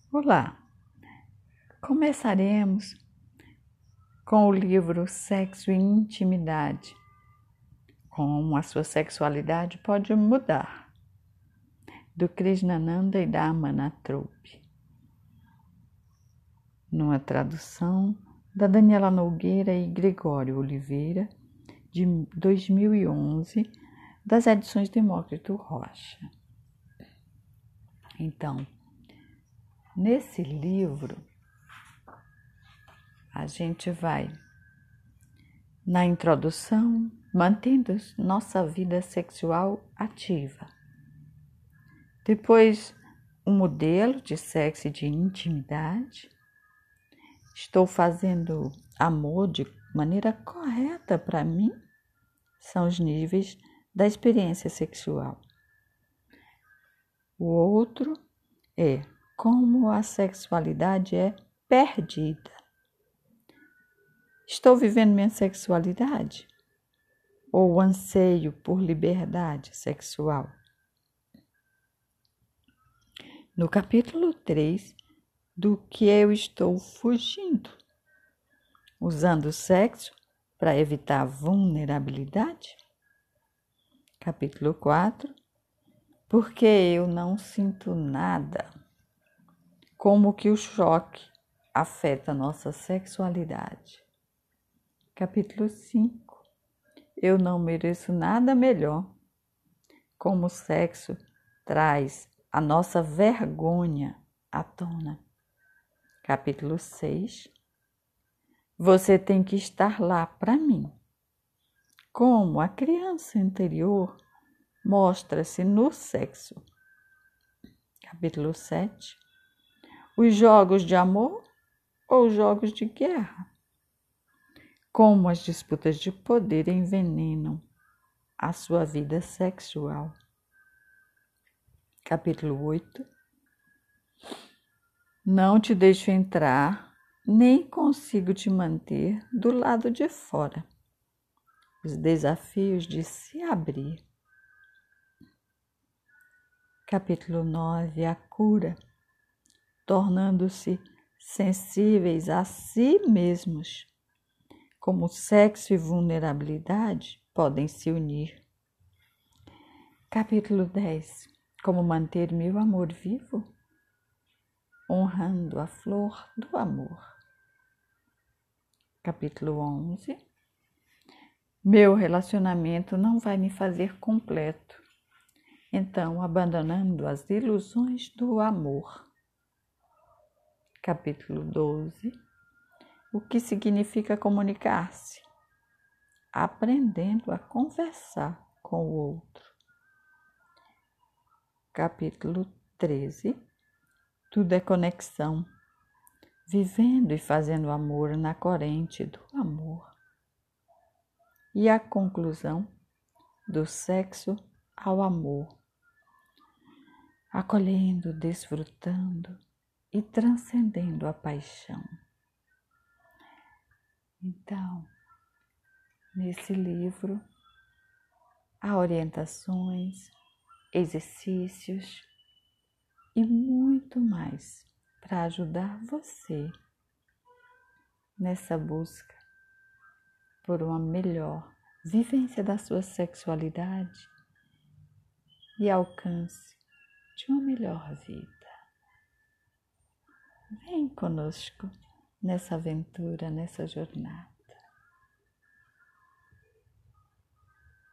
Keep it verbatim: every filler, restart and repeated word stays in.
Olá, começaremos com o livro Sexo e Intimidade, como a sua sexualidade pode mudar, do Krishnananda e da Amana Trupe, numa tradução da Daniela Nogueira e Gregório Oliveira, de dois mil e onze, das edições Demócrito Rocha. Então, nesse livro, a gente vai, na introdução, mantendo nossa vida sexual ativa. Depois, um modelo de sexo e de intimidade. Estou fazendo amor de maneira correta para mim? São os níveis da experiência sexual. O outro é como a sexualidade é perdida. Estou vivendo minha sexualidade? Ou o anseio por liberdade sexual? No capítulo três, do que eu estou fugindo, usando o sexo para evitar vulnerabilidade. Capítulo quatro, porque eu não sinto nada, como que o choque afeta nossa sexualidade. Capítulo cinco, eu não mereço nada melhor, como o sexo traz a nossa vergonha à tona. Capítulo seis, você tem que estar lá para mim. Como a criança interior mostra-se no sexo. Capítulo sete, os jogos de amor ou jogos de guerra. Como as disputas de poder envenenam a sua vida sexual. Capítulo oito, não te deixo entrar, nem consigo te manter do lado de fora. Os desafios de se abrir. Capítulo nove, a cura, tornando-se sensíveis a si mesmos. Como sexo e vulnerabilidade podem se unir. Capítulo dez, como manter meu amor vivo? Honrando a flor do amor. Capítulo onze, meu relacionamento não vai me fazer completo, então abandonando as ilusões do amor. Capítulo doze, o que significa comunicar-se? Aprendendo a conversar com o outro. Capítulo treze, tudo é conexão, vivendo e fazendo amor na corrente do amor. E a conclusão, do sexo ao amor, acolhendo, desfrutando e transcendendo a paixão. Então, nesse livro, há orientações, exercícios e muito mais para ajudar você nessa busca por uma melhor vivência da sua sexualidade e alcance de uma melhor vida. Vem conosco nessa aventura, nessa jornada.